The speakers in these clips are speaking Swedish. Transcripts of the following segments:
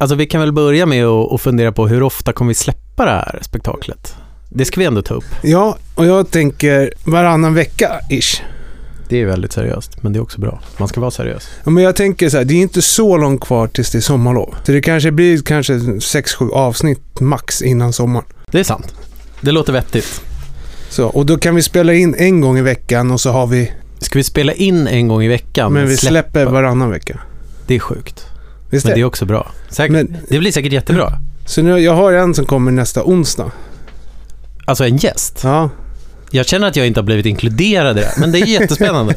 Alltså vi kan väl börja med att fundera på hur ofta kommer vi släppa det här spektaklet? Det ska vi ändå ta upp. Ja, och jag tänker varannan vecka-ish. Det är väldigt seriöst, men det är också bra. Man ska vara seriös. Ja, men jag tänker så här, det är inte så långt kvar tills det är sommarlov. Så det kanske blir 6-7 avsnitt max innan sommaren. Det är sant. Det låter vettigt. Så, och då kan vi spela in en gång i veckan och så har vi... Ska vi spela in en gång i veckan? Men vi släpper varannan vecka. Det är sjukt. Visst men det är också bra. Det blir säkert jättebra. Så nu, jag har en som kommer nästa onsdag. Alltså en gäst? Ja. Jag känner att jag inte har blivit inkluderad i det, men det är jättespännande.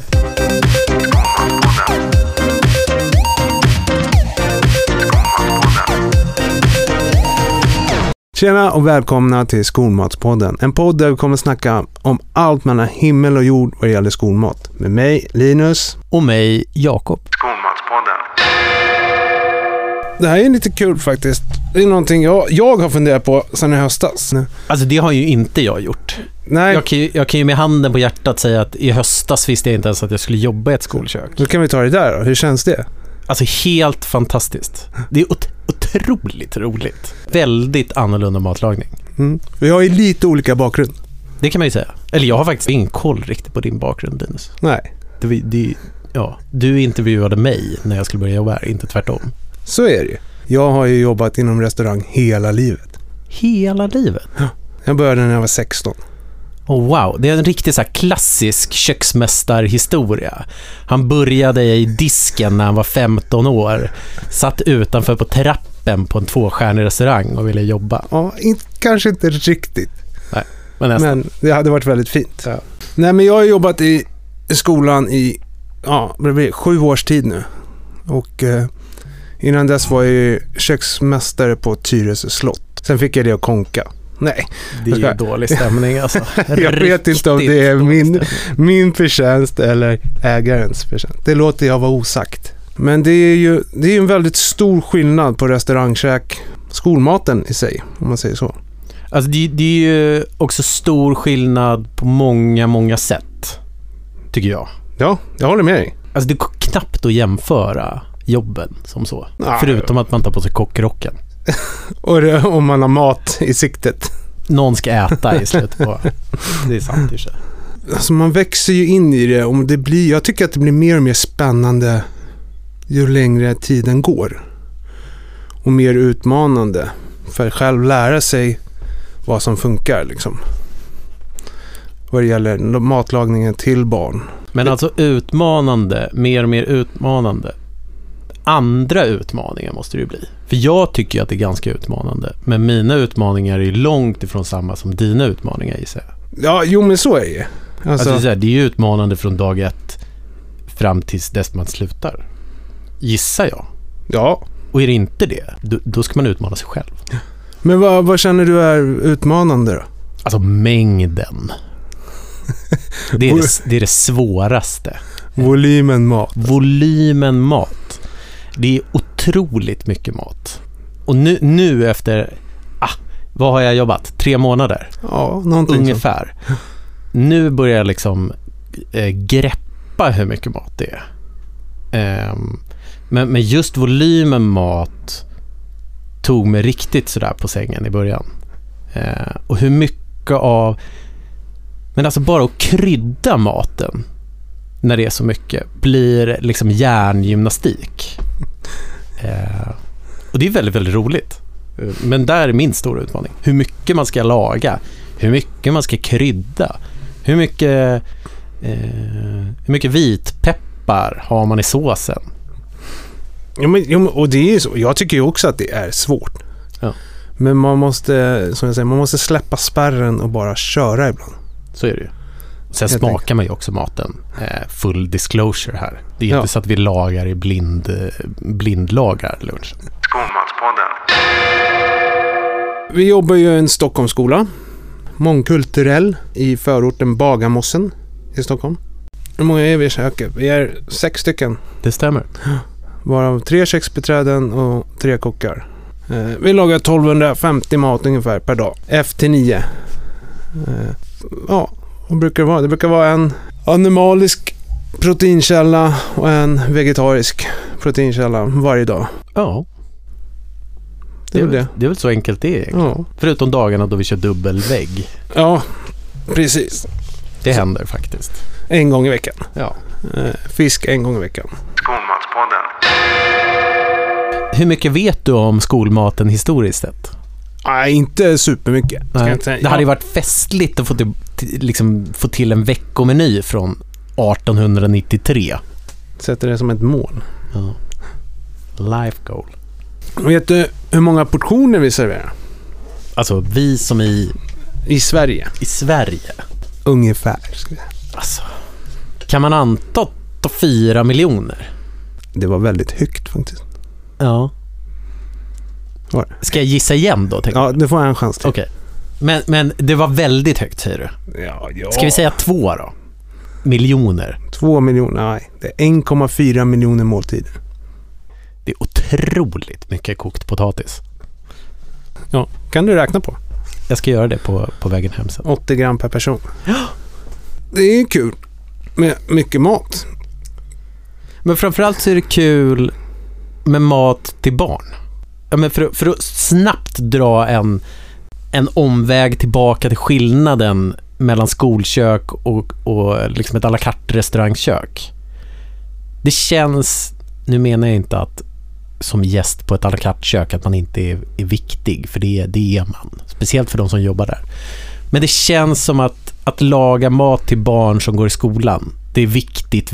Tjena och välkomna till Skolmatspodden. En podd där vi kommer snacka om allt mellan himmel och jord vad det gäller skolmat. Med mig, Linus. Och mig, Jakob. Skolmatspodden. Det här är lite kul faktiskt. Det är någonting jag har funderat på sedan i höstas. Alltså det har ju inte jag gjort. Nej. Jag kan ju med handen på hjärtat säga att i höstas visste jag inte ens att jag skulle jobba i ett skolkök. Då kan vi ta det där då. Hur känns det? Alltså helt fantastiskt. Det är otroligt roligt. Väldigt annorlunda matlagning. Vi har ju lite olika bakgrund. Det kan man ju säga. Eller jag har faktiskt ingen koll riktigt på din bakgrund, Linus. Nej. Du intervjuade mig när jag skulle börja jobba här, inte tvärtom. Så är det ju. Jag har ju jobbat inom restaurang hela livet. Hela livet? Ja. Jag började när jag var 16. Oh, wow, det är en riktigt så här klassisk köksmästarhistoria. Han började i disken när han var 15 år. Satt utanför på trappen på en 2-stjärnig restaurang och ville jobba. Ja, kanske inte riktigt. Nej, men det hade varit väldigt fint. Ja. Nej, men jag har jobbat i skolan i 7 års tid nu. Och innan dess var jag ju köksmästare på Tyresö slott. Sen fick jag det att konka. Nej. Det är ju dålig stämning alltså. Jag vet inte om det är min förtjänst eller ägarens förtjänst. Det låter jag vara osagt. Men det är ju en väldigt stor skillnad på restaurangkäk, skolmaten i sig, om man säger så. Alltså det är ju också stor skillnad på många sätt, tycker jag. Ja, jag håller med dig. Alltså det är knappt att jämföra jobben som så. Nej. Förutom att man tar på sig kockrocken. Och om man har mat i siktet. Någon ska äta i slutet på. Det är sant i sig. Alltså man växer ju in i det. Och jag tycker att det blir mer och mer spännande ju längre tiden går. Och mer utmanande. För att själv lära sig vad som funkar liksom. Vad det gäller matlagningen till barn. Men alltså utmanande, mer och mer utmanande. Andra utmaningar måste det ju bli. För jag tycker att det är ganska utmanande. Men mina utmaningar är ju långt ifrån samma som dina utmaningar i sig. Ja, jo men så är det ju. Alltså det är ju utmanande från dag 1 fram tills dess man slutar. Gissar jag. Ja. Och är det inte det, då ska man utmana sig själv. Men vad känner du är utmanande då? Alltså mängden. Det är det svåraste. Volymen mat. Det är otroligt mycket mat. Och nu efter vad har jag jobbat? 3 månader? Ja, någonting ungefär. Så. Nu börjar jag liksom greppa hur mycket mat det är. Men just volymen mat tog mig riktigt sådär på sängen i början. Och hur mycket av... Men alltså bara att krydda maten när det är så mycket blir liksom hjärngymnastik. Och det är väldigt, väldigt roligt. Men där är min stora utmaning. Hur mycket man ska laga, hur mycket man ska krydda, hur mycket vitpeppar har man i såsen. Och det är så. Jag tycker ju också att det är svårt. Ja. Men man måste, som jag säger, man måste släppa spärren och bara köra ibland. Så är det ju. Sen smakar man ju också maten. Full disclosure här. Det är inte så att vi lagar i blindlagar lunchen. Skolmatspodden. Vi jobbar ju i en Stockholmsskola. Mångkulturell i förorten Bagarmossen i Stockholm. Hur många är vi i köket? Vi är 6 stycken. Det stämmer. Varav 3 köksbiträden och 3 kockar. Vi lagar 1250 mat ungefär per dag. Efter 9. Vad brukar det vara? Det brukar vara en animalisk proteinkälla och en vegetarisk proteinkälla varje dag. Ja. Det är väl så enkelt det är egentligen. Ja. Förutom dagarna då vi kör dubbelvägg. Ja, precis. Det händer faktiskt. En gång i veckan. Ja. Fisk en gång i veckan. Skolmatspodden. Hur mycket vet du om skolmaten historiskt sett? Nej, inte supermycket. Det hade ju varit festligt att få till en veckomeny från 1893. Sätter det som ett mål. Ja. Life goal. Vet du hur många portioner vi serverar? Alltså vi som I Sverige? I Sverige. Ungefär. Alltså, kan man anta 4 miljoner? Det var väldigt högt faktiskt. Ja. Ska jag gissa igen då? Ja, det får jag en chans till. Okej. Men det var väldigt högt, säger du. Ja. Ska vi säga 2 då? Miljoner. 2 miljoner, nej. Det är 1,4 miljoner måltider. Det är otroligt mycket kokt potatis. Ja, kan du räkna på. Jag ska göra det på vägen hem sen. 80 gram per person. Det är kul med mycket mat. Men framförallt så är det kul med mat till barn. Ja, men för att snabbt dra en omväg tillbaka till skillnaden mellan skolkök och liksom ett à la carte restaurangkök. Det känns, nu menar jag inte att som gäst på ett à la carte kök att man inte är viktig, för det är man. Speciellt för de som jobbar där. Men det känns som att laga mat till barn som går i skolan, det är viktigt.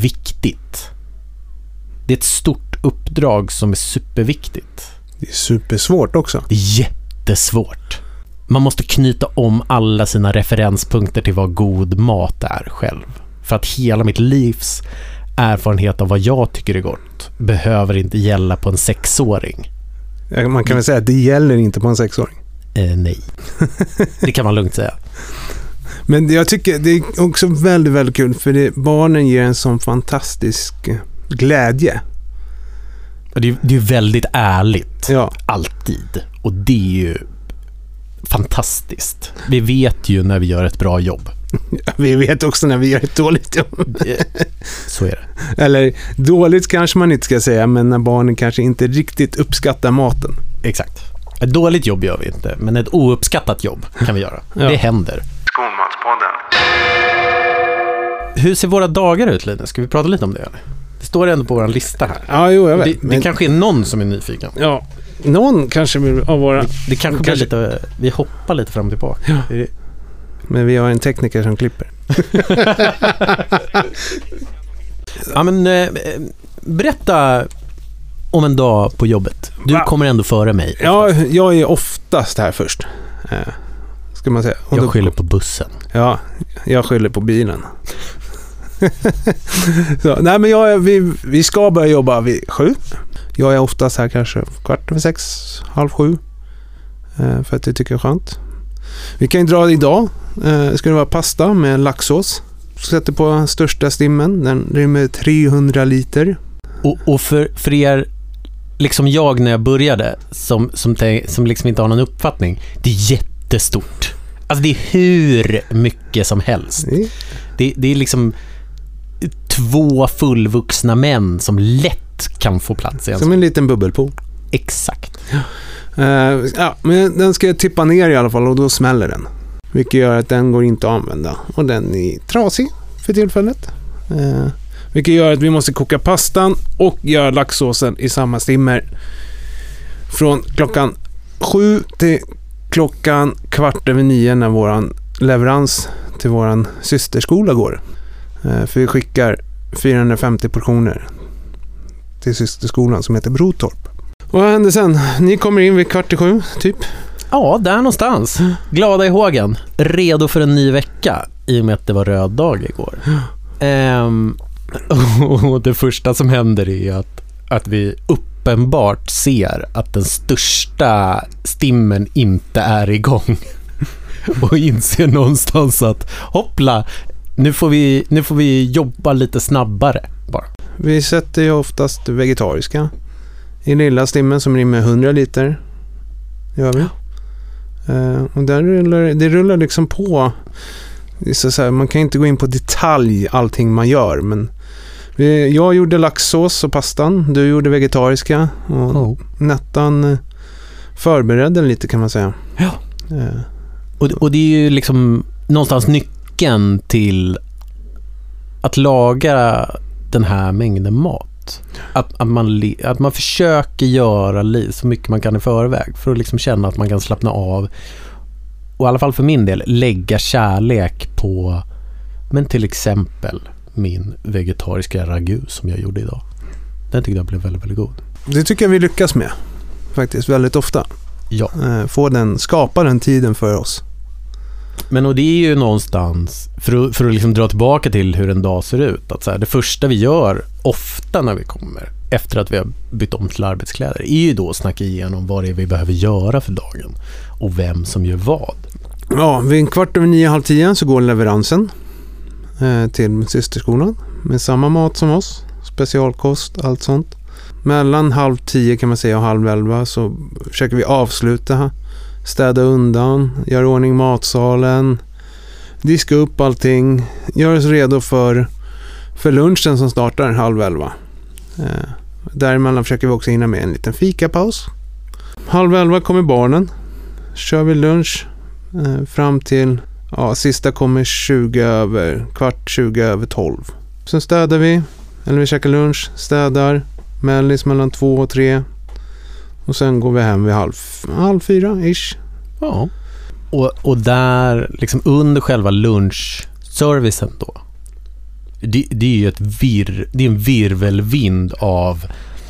Det är ett stort uppdrag som är superviktigt. Det är supersvårt också. Det är jättesvårt. Man måste knyta om alla sina referenspunkter till vad god mat är själv. För att hela mitt livs erfarenhet av vad jag tycker är gott behöver inte gälla på en 6-åring. Man kan väl säga att det gäller inte på en 6-åring. Nej. Det kan man lugnt säga. Men jag tycker det är också väldigt, väldigt kul, för barnen ger en sån fantastisk glädje. Det är ju väldigt ärligt. Ja. Alltid. Och det är ju fantastiskt. Vi vet ju när vi gör ett bra jobb. Vi vet också när vi gör ett dåligt jobb. Så är det. Eller dåligt kanske man inte ska säga, men när barnen kanske inte riktigt uppskattar maten. Exakt. Ett dåligt jobb gör vi inte, men ett ouppskattat jobb kan vi göra. Ja. Det händer. Skolmatspodden. Hur ser våra dagar ut, Linus? Ska vi prata lite om det, eller? Det står ändå på vår lista här. Ja, jo, jag vet. Det kanske är någon som är nyfiken. Ja, någon kanske av våra... Det kanske blir lite... Vi hoppar lite fram och tillbaka. Ja. Men vi har en tekniker som klipper. Ja, men berätta om en dag på jobbet. Du kommer ändå före mig. Ja, jag är oftast här först. Ska man säga. Jag skyller på bussen. Ja, jag skyller på bilen. Så, nej, men vi ska börja jobba vid 7. Jag är oftast här kanske 6:15, 6:30. För att jag tycker det är skönt. Vi kan ju dra idag. Ska det vara pasta med laxsås. Sätter på största stimmen. Den rymmer 300 liter. Och för er, liksom jag när jag började, som liksom inte har någon uppfattning, det är jättestort. Alltså det är hur mycket som helst. Det är liksom 2 fullvuxna män som lätt kan få plats i som en liten bubbelpool. Exakt. Ja, men den ska jag tippa ner i alla fall, och då smäller den. Vilket gör att den går inte att använda. Och den är trasig för tillfället. Vilket gör att vi måste koka pastan och göra laxsåsen i samma stimmer. Från klockan 7 till klockan 8:15 när våran leverans till våran systerskola går. För vi skickar 450 portioner till systerskolan som heter Brotorp. Vad händer sen? Ni kommer in vid 6:15 typ? Ja, där någonstans. Glada i hågen. Redo för en ny vecka. I och med att det var röd dag igår. Och det första som händer är att vi uppenbart ser att den största stimmen inte är igång. Och inser någonstans att hoppla, nu får vi jobba lite snabbare bara. Vi sätter ju oftast vegetariska i lilla stimmen som rymmer 100 liter. Gör vi. Och det rullar liksom på. Så här, man kan inte gå in på detalj allting man gör, men jag gjorde laxsås och pastan, du gjorde vegetariska, och Nettan förberedde lite kan man säga. Ja. Och det är ju liksom någonstans nyckeln till att laga den här mängden mat. Att man försöker göra så mycket man kan i förväg för att liksom känna att man kan slappna av. Och i alla fall för min del lägga kärlek på, men till exempel min vegetariska ragu som jag gjorde idag. Den tyckte jag blev väldigt, väldigt god. Det tycker jag vi lyckas med faktiskt väldigt ofta. Ja. Skapa den tiden för oss. Men och det är ju någonstans för att liksom dra tillbaka till hur en dag ser ut. Att så här, det första vi gör ofta när vi kommer efter att vi har bytt om till arbetskläder är ju då att snacka igenom vad det är vi behöver göra för dagen och vem som gör vad. Ja, vid 9:15, 9:30 så går leveransen till systerskolan med samma mat som oss. Specialkost, allt sånt. Mellan 9:30 kan man säga och 10:30 så försöker vi avsluta, städa undan, göra ordning matsalen, diska upp allting, göra oss redo för lunchen som startar 10:30. Däremellan försöker vi också hinna med en liten fikapaus. 10:30 kommer barnen, kör vi lunch fram till sista kommer 11:15. Sen städar vi, eller vi käkar lunch, städar, mellis mellan 2 och 3 och sen går vi hem vid 3:30-ish. Ja. Och där liksom under själva lunchservicen då, det är ju det är en virvelvind av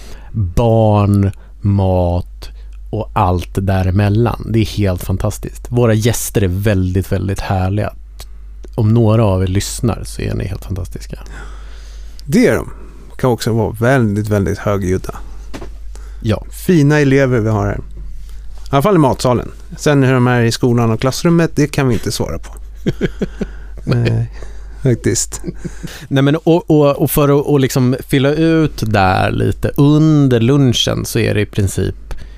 barn, mat och allt däremellan. Det är helt fantastiskt. Våra gäster är väldigt, väldigt härliga. Om några av er lyssnar så är ni helt fantastiska. Det är de. Kan också vara väldigt, väldigt högljudda. Ja. Fina elever vi har här. I alla fall i matsalen. Sen hur de är i skolan och klassrummet, det kan vi inte svara på. Nej, faktiskt. Nej, men och för att liksom fylla ut där lite under lunchen så är det i princip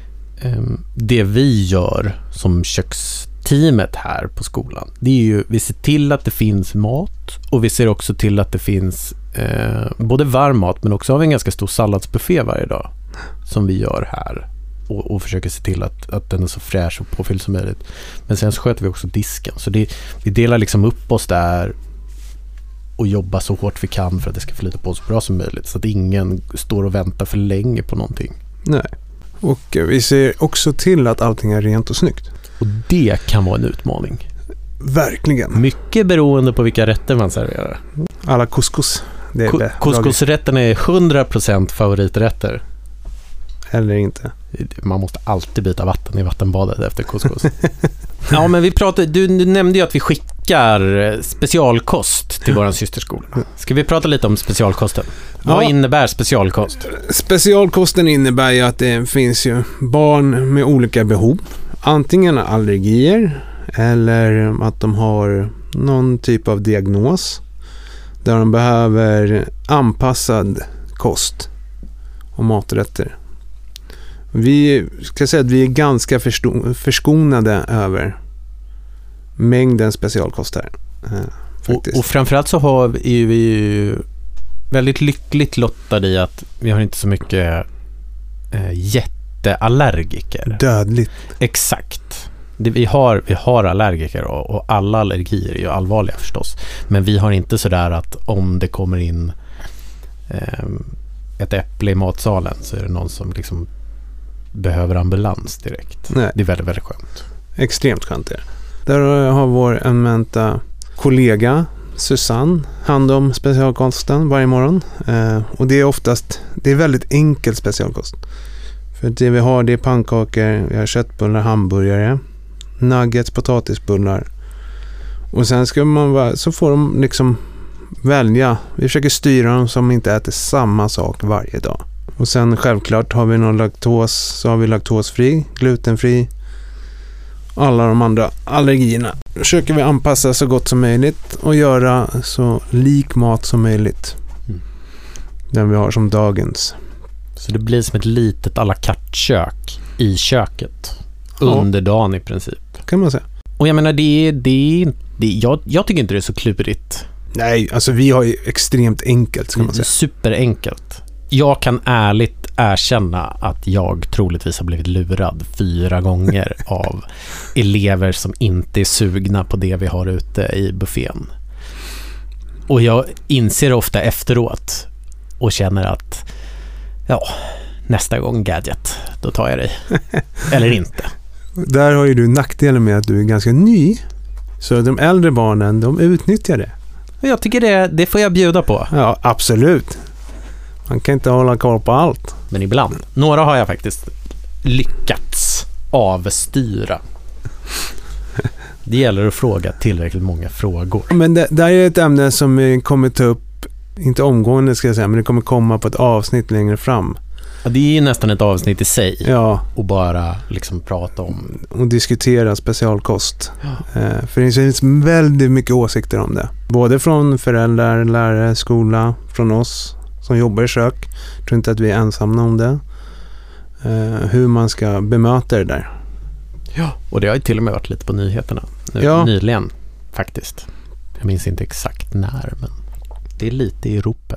det vi gör som köksteamet här på skolan. Det är ju, vi ser till att det finns mat och vi ser också till att det finns både varm mat men också har vi en ganska stor salladsbuffé varje dag som vi gör här och försöker se till att den är så fräsch och påfylld som möjligt. Men sen så sköter vi också disken. Så vi delar liksom upp oss där och jobbar så hårt vi kan för att det ska flyta på så bra som möjligt så att ingen står och väntar för länge på någonting. Nej. Och vi ser också till att allting är rent och snyggt. Och det kan vara en utmaning. Verkligen. Mycket beroende på vilka rätter man serverar. Alla couscous. Couscousrätterna är 100% favoriträtter. Eller inte. Man måste alltid byta vatten i vattenbadet efter couscous. Ja, men du nämnde ju att vi skickar specialkost till våran systerskola. Ska vi prata lite om specialkosten? Vad innebär specialkost? Specialkosten innebär ju att det finns ju barn med olika behov. Antingen allergier eller att de har någon typ av diagnos där de behöver anpassad kost och maträtter. Vi ska säga att vi är ganska förskonade över mängden specialkost här. Och framförallt så är vi ju väldigt lyckligt lottade i att vi har inte så mycket jätteallergiker. Dödligt. Exakt. Vi har allergiker och alla allergier är ju allvarliga förstås. Men vi har inte sådär att om det kommer in ett äpple i matsalen så är det någon som liksom behöver ambulans direkt. Nej. Det är väldigt, väldigt skönt. Extremt skönt det. Där har vår eminenta kollega Susanne hand om specialkosten varje morgon. Och det är väldigt enkel specialkost. För det vi har, det är pannkakor, vi har köttbullar, hamburgare, nuggets, potatisbullar. Och sen så får de liksom välja. Vi försöker styra dem som inte äter samma sak varje dag. Och sen självklart har vi någon laktos, så har vi laktosfri, glutenfri, alla de andra allergierna. Försöker vi anpassa så gott som möjligt och göra så lik mat som möjligt. Den vi har som dagens. Så det blir som ett litet à la carte kök i köket under dagen i princip. Kan man säga. Och jag menar, jag tycker inte det är så klurigt. Nej, alltså vi har ju extremt enkelt ska man säga. Superenkelt. Jag kan ärligt erkänna att jag troligtvis har blivit lurad 4 gånger av elever som inte är sugna på det vi har ute i buffén. Och jag inser ofta efteråt och känner att nästa gång gadget, då tar jag dig. Eller inte. Där har ju du nackdelen med att du är ganska ny. Så de äldre barnen, de utnyttjar det. Jag tycker det får jag bjuda på. Ja, absolut. Man kan inte hålla koll på allt. Men ibland. Några har jag faktiskt lyckats avstyra. Det gäller att fråga tillräckligt många frågor. Men det där är ett ämne som kommer ta upp, inte omgående ska jag säga, men det kommer komma på ett avsnitt längre fram. Ja, det är ju nästan ett avsnitt i sig. Ja. Och bara liksom prata om... Och diskutera specialkost. För det finns väldigt mycket åsikter om det. Både från föräldrar, lärare, skola, från oss som jobbar i kök. Jag tror inte att vi är ensamma om det. Hur man ska bemöta det där. Ja, och det har ju till och med varit lite på nyheterna. Nyligen, faktiskt. Jag minns inte exakt när, men det är lite i ropet.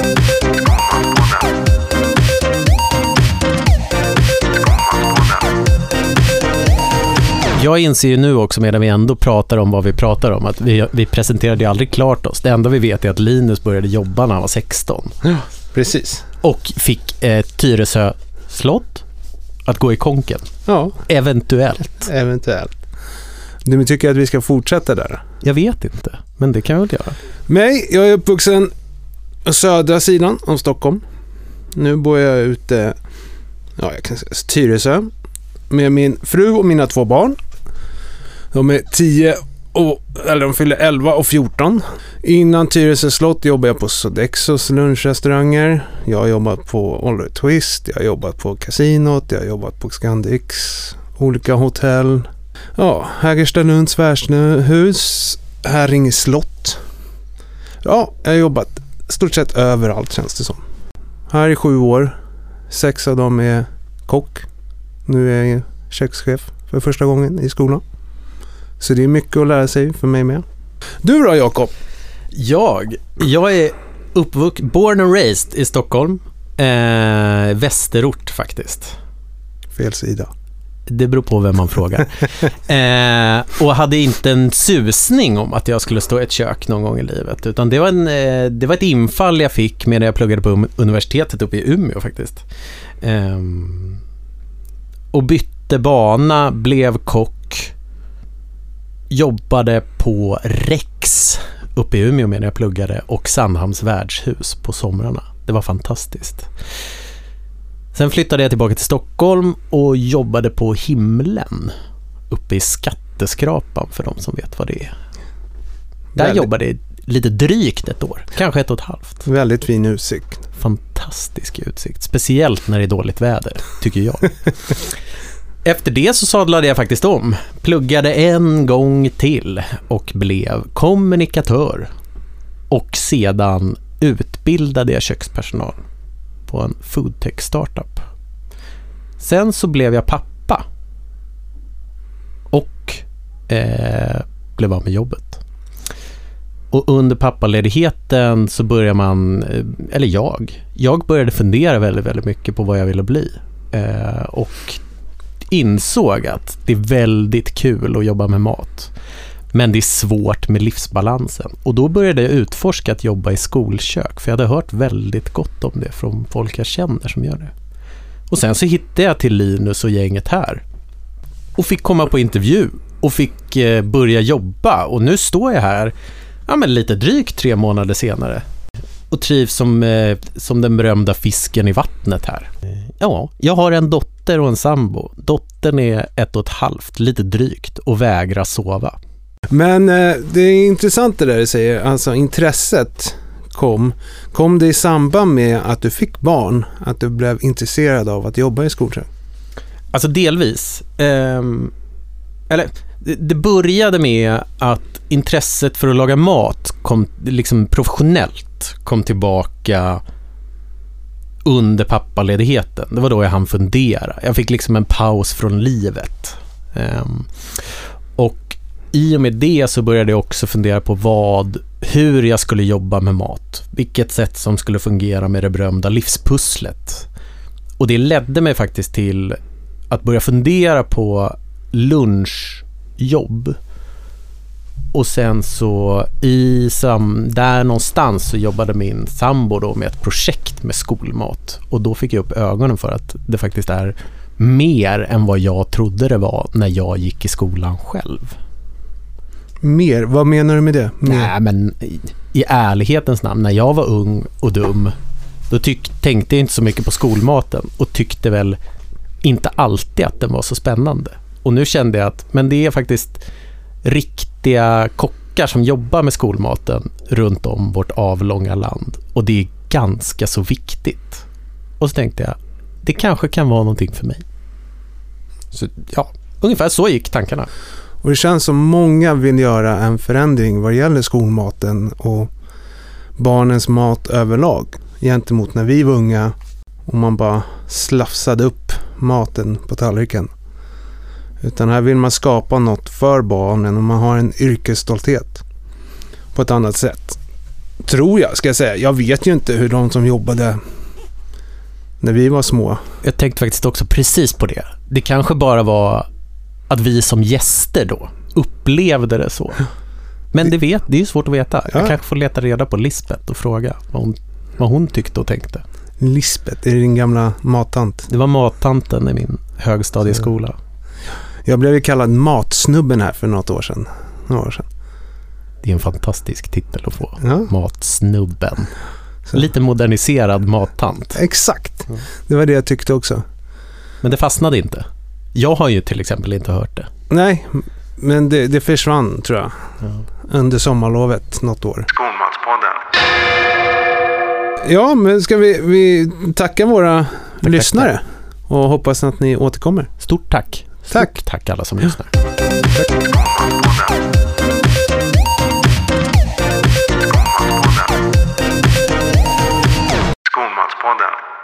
Jag inser ju nu också, medan vi ändå pratar om vad vi pratar om, att vi presenterade ju aldrig klart oss. Det enda vi vet är att Linus började jobba när han var 16. Ja, precis. Och fick Tyresö slott att gå i konken. Ja. Eventuellt. Du tycker att vi ska fortsätta där? Jag vet inte, men det kan jag väl göra. Nej, jag är uppvuxen på södra sidan av Stockholm. Nu bor jag ute, jag kan säga Tyresö, med min fru och mina 2 barn. De är 10 de fyller 11 och 14. Innan Tyresö slott jobbade jag på Sodexos lunchrestauranger. Jag har jobbat på Oliver Twist, jag har jobbat på Casinot, jag har jobbat på Scandic, olika hotell. Ja, Hägerstalunds värdshus, Häringe slott. Ja, jag har jobbat stort sett överallt, känns det som. Här är 7 år. 6 av dem är kock. Nu är jag kökschef för första gången i skolan. Så det är mycket att lära sig för mig med. Du då, Jakob? Jag är born and raised i Stockholm. Västerort faktiskt. Fel sida. Det beror på vem man frågar. Och hade inte en susning om att jag skulle stå i ett kök någon gång i livet. Utan det var ett infall jag fick när jag pluggade på universitetet uppe i Umeå faktiskt. Och bytte bana, blev kock. Jobbade på Rex uppe i Umeå när jag pluggade och Sandhamns värdshus på somrarna. Det var fantastiskt. Sen flyttade jag tillbaka till Stockholm och jobbade på Himlen uppe i Skatteskrapan, för de som vet vad det är. Där jobbade jag lite drygt ett år, kanske 1,5. Väldigt fin utsikt. Fantastisk utsikt, speciellt när det är dåligt väder, tycker jag. Efter det så sadlade jag faktiskt om, pluggade en gång till och blev kommunikatör. Och sedan utbildade jag kökspersonal på en foodtech startup. Sen så blev jag pappa och blev av med jobbet. Och under pappaledigheten så började jag började fundera väldigt, väldigt mycket på vad jag ville bli. Och insåg att det är väldigt kul att jobba med mat. Men det är svårt med livsbalansen. Och då började jag utforska att jobba i skolkök. För jag hade hört väldigt gott om det från folk jag känner som gör det. Och sen så hittade jag till Linus och gänget här. Och fick komma på intervju. Och fick börja jobba. Och nu står jag här lite drygt 3 månader senare. Och trivs som den berömda fisken i vattnet här. Ja, jag har en dotter och en sambo. Dottern är 1,5, lite drygt, och vägrar sova. Men det är intressant det där du säger. Alltså intresset kom det i samband med att du fick barn? Att du blev intresserad av att jobba i skolkök? Alltså delvis. Det började med att intresset för att laga mat kom liksom professionellt kom tillbaka under pappaledigheten. Det var då jag hann fundera. Jag fick liksom en paus från livet. Och i och med det så började jag också fundera på hur jag skulle jobba med mat. Vilket sätt som skulle fungera med det berömda livspusslet. Och det ledde mig faktiskt till att börja fundera på lunchjobb. Och sen så där någonstans så jobbade min sambo då med ett projekt med skolmat. Och då fick jag upp ögonen för att det faktiskt är mer än vad jag trodde det var när jag gick i skolan själv. Mer? Vad menar du med det? Mer? Nej, men i ärlighetens namn, när jag var ung och dum, då tänkte jag inte så mycket på skolmaten och tyckte väl inte alltid att den var så spännande. Och nu kände jag att men det är faktiskt riktiga kockar som jobbar med skolmaten runt om vårt avlånga land. Och det är ganska så viktigt. Och så tänkte jag, det kanske kan vara någonting för mig. Så ja, ungefär så gick tankarna. Och det känns som många vill göra en förändring vad gäller skolmaten och barnens mat överlag. Gentemot när vi var unga och man bara slafsade upp maten på tallriken. Utan här vill man skapa något för barnen och man har en yrkesstolthet på ett annat sätt. Tror jag, ska jag säga. Jag vet ju inte hur de som jobbade när vi var små. Jag tänkte faktiskt också precis på det. Det kanske bara var att vi som gäster då upplevde det så. Men det är ju svårt att veta. Jag kanske får leta reda på Lisbeth och fråga vad hon tyckte och tänkte. Lisbeth, är det din gamla mattant? Det var mattanten i min högstadieskola. Jag blev ju kallad matsnubben här för några år sedan. Det är en fantastisk titel att få. Ja. Matsnubben. Så. Lite moderniserad mattant. Exakt. Det var det jag tyckte också. Men det fastnade inte. Jag har ju till exempel inte hört det. Nej, men det försvann tror jag. Ja. Under sommarlovet något år. Skolmatspodden. Ja, men ska vi tacka våra lyssnare och hoppas att ni återkommer. Stort tack. Stort tack alla som lyssnar. Skolmatspodden.